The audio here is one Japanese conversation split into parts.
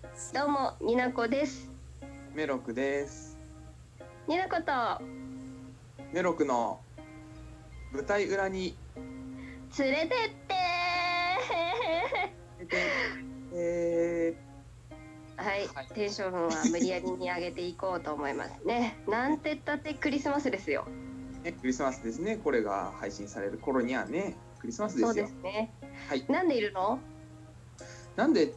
どうも、になこです。 メロクです。 になことメロクの舞台裏に連れてって出て、えはい、 はい、 テンションは無理やりに上げていこうと思いますね。なんてったってクリスマスですよ。 クリスマスですね。これが配信される頃にはね、クリスマスでそうすよ。 ですね。 はい。 なんでいるの？ なんでって、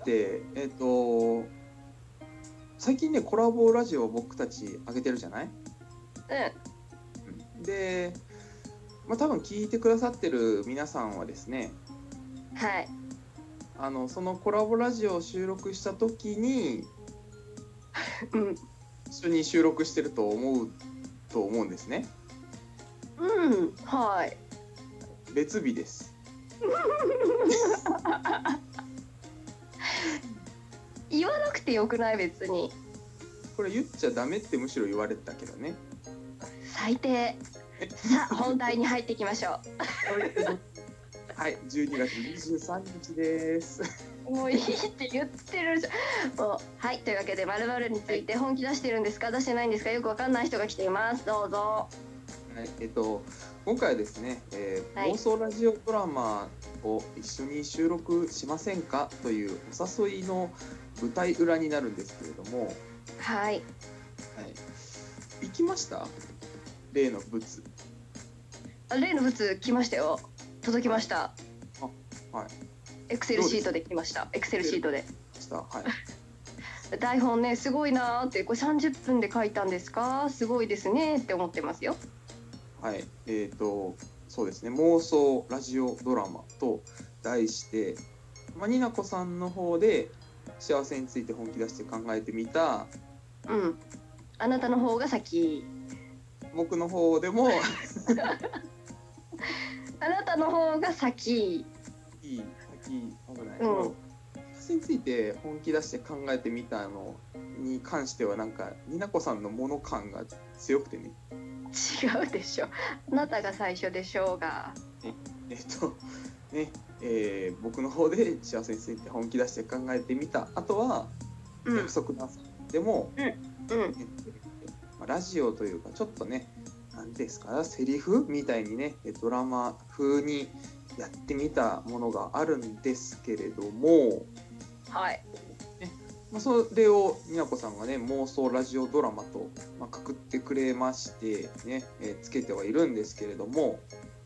最近ね、コラボラジオを僕たち上げてるじゃない？で、多分聞いてくださってる皆さんはですね、 はい。 そのコラボラジオを収録した時に、一緒に収録してると思うんですね。 はい。 別日です。 言わなくてよくない？別に。 これ言っちゃダメってむしろ言われたけどね。 最低。さあ、本題に入っていきましょはい、12月23日です。 う。もういいって言ってるじゃん。もうはい、というわけで、〇〇について本気出してるんですか、出してないんですか、よくわかんない人が来ています。どうぞ。 はい、今回はですね、 はい妄想ラジオドラマを一緒に収録しませんかというお誘いの舞台裏になるんですけれども、 はい。 はい、行きました？例のブツ。 例の物来ましたよ。届きました。 はい。 エクセルシートで来ました。エクセルシートで。 はい。 台本ね、すごいなーって、これ30分で書いたんですか？すごいですねって思ってますよ。 はい。そうですね。妄想ラジオドラマと題して、になこさんの方で幸せについて本気出して考えてみた。 あなたの方が先。 僕の方でもあなたの方が先。 危ない。幸せについて本気出して考えてみたのに関しては、なんかになこさんのもの感が強くてね。 違うでしょ。あなたが最初でしょうが。 僕の方で幸せについて本気出して考えてみた。あとは、約束の朝でも、ラジオというかちょっとね、何ですか、セリフみたいにね、ドラマ風にやってみたものがあるんですけれども、 はい。 それをになこさんがね、妄想ラジオドラマと、くくってくれましてね、つけてはいるんですけれども、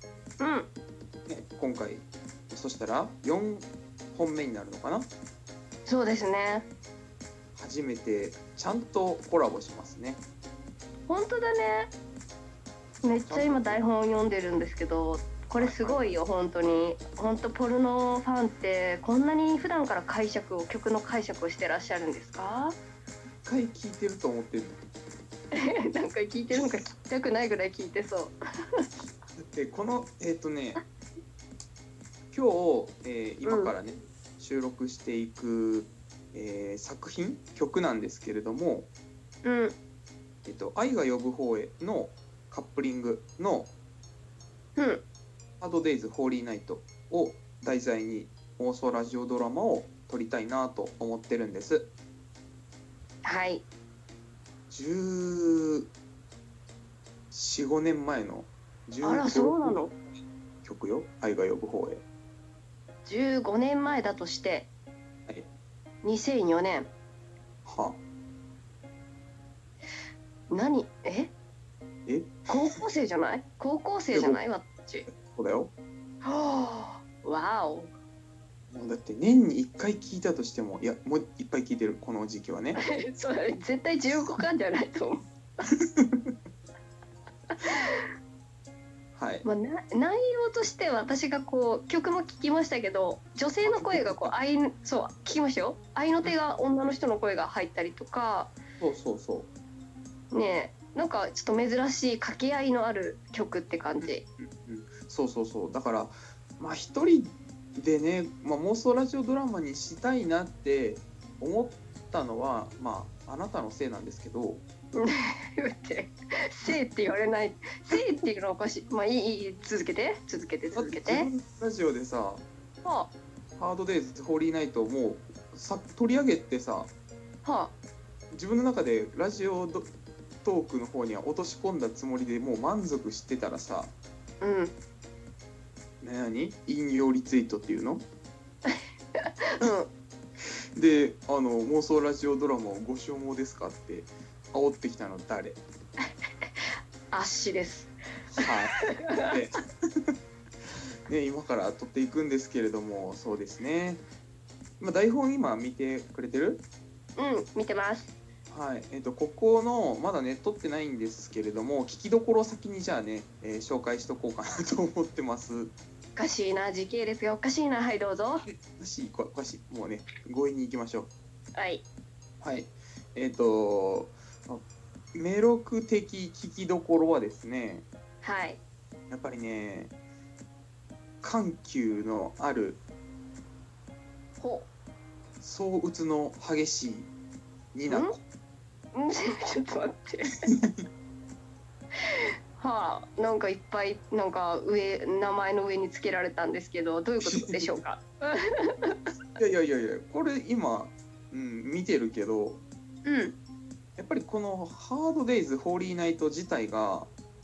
今回そしたら4本目になるのかな。 そうですね。 初めてちゃんとコラボしますね。 本当だね。めっちゃ今台本読んでるんですけど、これすごいよ、本当に。本当ポルノファンってこんなに普段から曲の解釈をしてらっしゃるんですか？ 一回聞いてると思ってる。 なんか聞いてるのか聞きたくないぐらい聞いてそう。 でこの今日、今からね、収録していく、作品曲なんですけれども、愛が呼ぶ方へのカップリングのハードデイズホーリーナイトを題材に妄想ラジオドラマを撮りたいなと思ってるんです。 はい。 14、15年前のあら、そうなの曲よ、愛が呼ぶ方へ。 15年前だとして、 はい、 2004年。何？高校生じゃない？高校生じゃない？私。 そうだよ。 わお。 もうだって年に1回聞いたとしても、いや、もういっぱい聞いてる、この時期はね。 それ絶対15巻じゃないと思う。 はい。 内容としては私が曲も聞きましたけど、女性の声がそう聞きましたよ。愛の手が女の人の声が入ったりとか。 そうねえ、なんかちょっと珍しい掛け合いのある曲って感じ。 そうだから一人でね、妄想ラジオドラマにしたいなって思ったのはあなたのせいなんですけど。 せいって言われない。せいっていうのはおかしい。いい、続けて。 自分ラジオでさ、ハードデイズホーリーナイトをもう取り上げてさ、 は自分の中でラジオトークの方には落とし込んだつもりでもう満足してたらさ、 あ、うん。 引用リツイートっていうのうん。 で、妄想ラジオドラマをご所望ですかって煽ってきたの誰？ あっしです。 はい。でね、今から撮っていくんですけれども、そうですね。台本今見てくれてる？ うん、見てます。 はい。ここの、まだね、撮ってないんですけれども、聞きどころを先にじゃあね、紹介しとこうかなと思ってます。 おかしいな、時系列がおかしいな。はい、どうぞ。 おかしい、おかしい。もうね、強引に行きましょう。 はい。 はい。メロク的聞きどころはですね、 はい。 やっぱりね、緩急のある、 ほ相打つの激しいニナコ。 うん、ちょっと待って。はあ、なんかいっぱいなんか名前の上につけられたんですけど、どういうことでしょうか。 いや、これ今、見てるけど、 うん。 やっぱりこのハードデイズホーリーナイト自体が、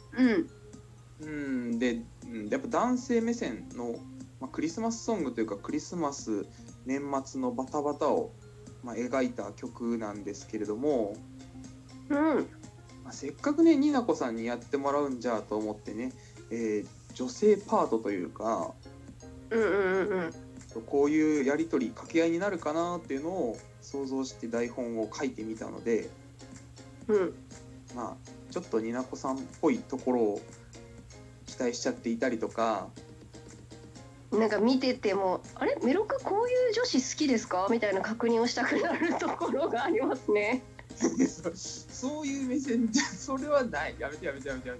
で、やっぱ男性目線の、クリスマスソングというかクリスマス年末のバタバタを、描いた曲なんですけれども、せっかくねニナコさんにやってもらうんじゃと思ってね、女性パートというか、こういうやり取り掛け合いになるかなっていうのを想像して台本を書いてみたので、ちょっとニナコさんっぽいところを期待しちゃっていたりとか、 なんか見ててもあれメロクこういう女子好きですかみたいな確認をしたくなるところがありますね。 そういう目線じゃそれはない。やめて。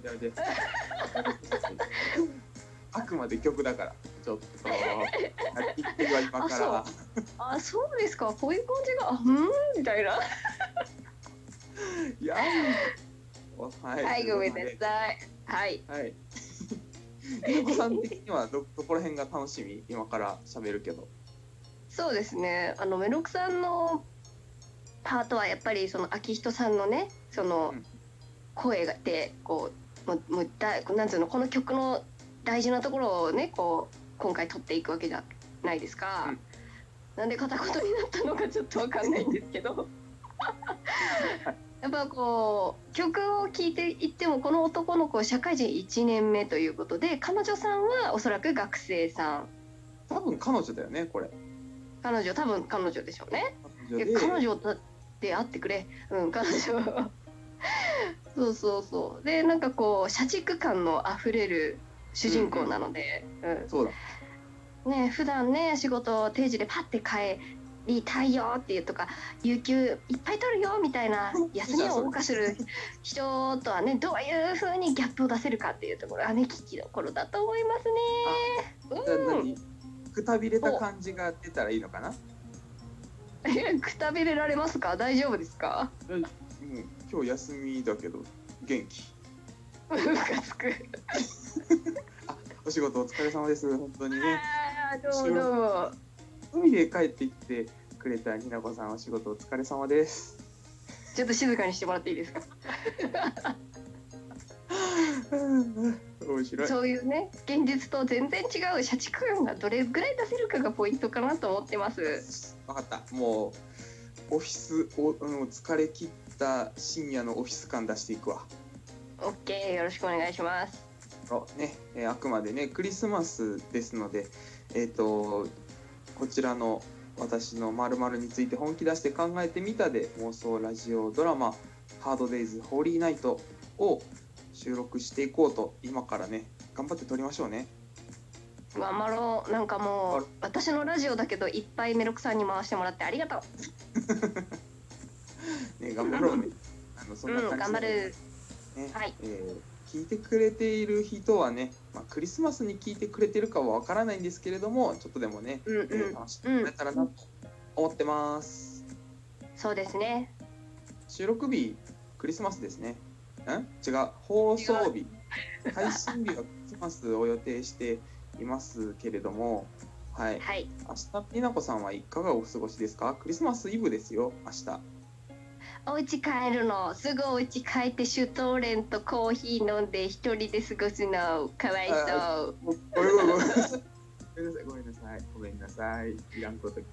あくまで曲だからちょっと言ってるわ今から。 あ、そうですか。こういう感じがみたいな。 いやはい、ごめんなさい。はい。 ニナコさん的にはどこら辺が楽しみ？今から喋るけど。そうですね。メロクさんのパートはやっぱりその昭仁さんのね、その声でこうなんつうの、この曲の大事なところをね、こう今回取っていくわけじゃないですか。なんで片言になったのかちょっとわかんないんですけど。やっぱこう曲を聴いていってもこの男の子社会人1年目ということで、彼女さんはおそらく学生さん。 多分彼女だよねこれ。 多分彼女でしょうね。彼女で会ってくれ。彼女。そうで、なんかこう社畜感のあふれる主人公なので、 そうだね、普段ね仕事定時でパッて帰りたいよっていうとか、有給いっぱい取るよみたいな休みを謳歌する人とはね、どういう風にギャップを出せるかっていうところがね、聞きどころだと思いますね。 くたびれた感じが出たらいいのかな。 くたびれられますか？大丈夫ですか？ 今日休みだけど元気。 ムカつく。 お仕事お疲れ様です。本当にね。 どうも。 海で帰ってきてくれたニナコさん、お仕事お疲れ様です。 ちょっと静かにしてもらっていいですか？ 面白い。 そういうね、現実と全然違う社畜感がどれぐらい出せるかがポイントかなと思ってます。 分かった。もうオフィス疲れ切った深夜のオフィス感出していくわ。 OK、よろしくお願いします。 あくまでねクリスマスですので、こちらの私の〇〇について本気出して考えてみたで妄想ラジオドラマハードデイズホーリーナイトを収録していこうと今からね頑張って撮りましょうね。 頑張ろう。なんかもう私のラジオだけどいっぱいメロクさんに回してもらってありがとう。ね、頑張ろうね。 そんな感じで頑張る。 ね、はい。聞いてくれている人はね、クリスマスに聞いてくれてるかはわからないんですけれども、ちょっとでもね、楽しんでくれたらなと思ってます。 そうですね。 収録日クリスマスですね。違う、放送日、配信日はクリスマスを予定していますけれども、はい。明日ニナコさんはいかがお過ごしですか？クリスマスイブですよ、明日。 お家帰るの。すぐお家帰ってシュトーレンとコーヒー飲んで一人で過ごすの。かわいそう。 ごめんごめんごめんなさい。ごめんなさい。ごめんなさい。いらんこと聞いて。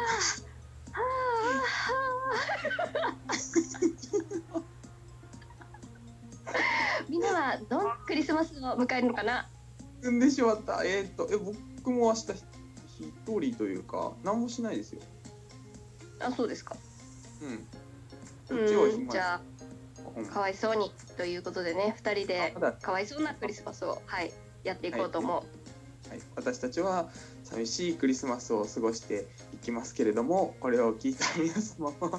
みんなはどんなクリスマスを迎えるのかな。 産んでしまった。僕も明日一人というか、何もしないですよ。 あ、そうですか。 うん。こっちは暇じゃあ、かわいそうにということでね、2人でかわいそうなクリスマスを、はい、やっていこうと思う。 はい、私たちは寂しいクリスマスを過ごしていきますけれども、これを聞いた皆様は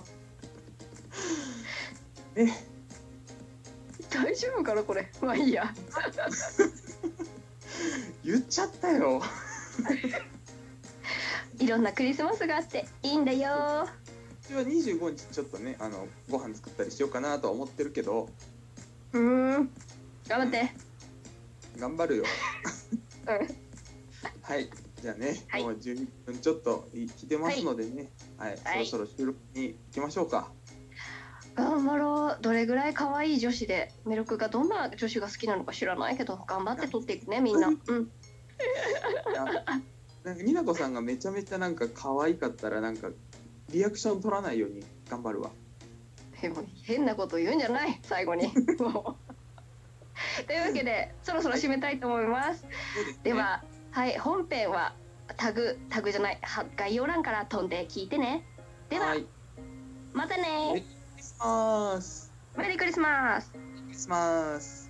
ね、 大丈夫かなこれ。まあいいや。 言っちゃったよ。 いろんなクリスマスがあっていいんだよ。 うちは25日ちょっとね、ご飯作ったりしようかなとは思ってるけど。 頑張って。 頑張るよ。はい、じゃあね、 はい、 もう12分ちょっと来てますのでね、はい、はい、そろそろ収録に行きましょうか。 頑張ろう。どれぐらい可愛い女子で、メルクがどんな女子が好きなのか知らないけど、頑張って撮っていくね、みんな。 なんかになこさんがめちゃめちゃなんか可愛かったら、なんかリアクション取らないように頑張るわ。 変なこと言うんじゃない、最後に。というわけで、そろそろ締めたいと思います。では、はい、本編はタグじゃない、概要欄から飛んで聞いてね。では、またね。 メリークリスマス。 メリークリスマス。 クリスマス。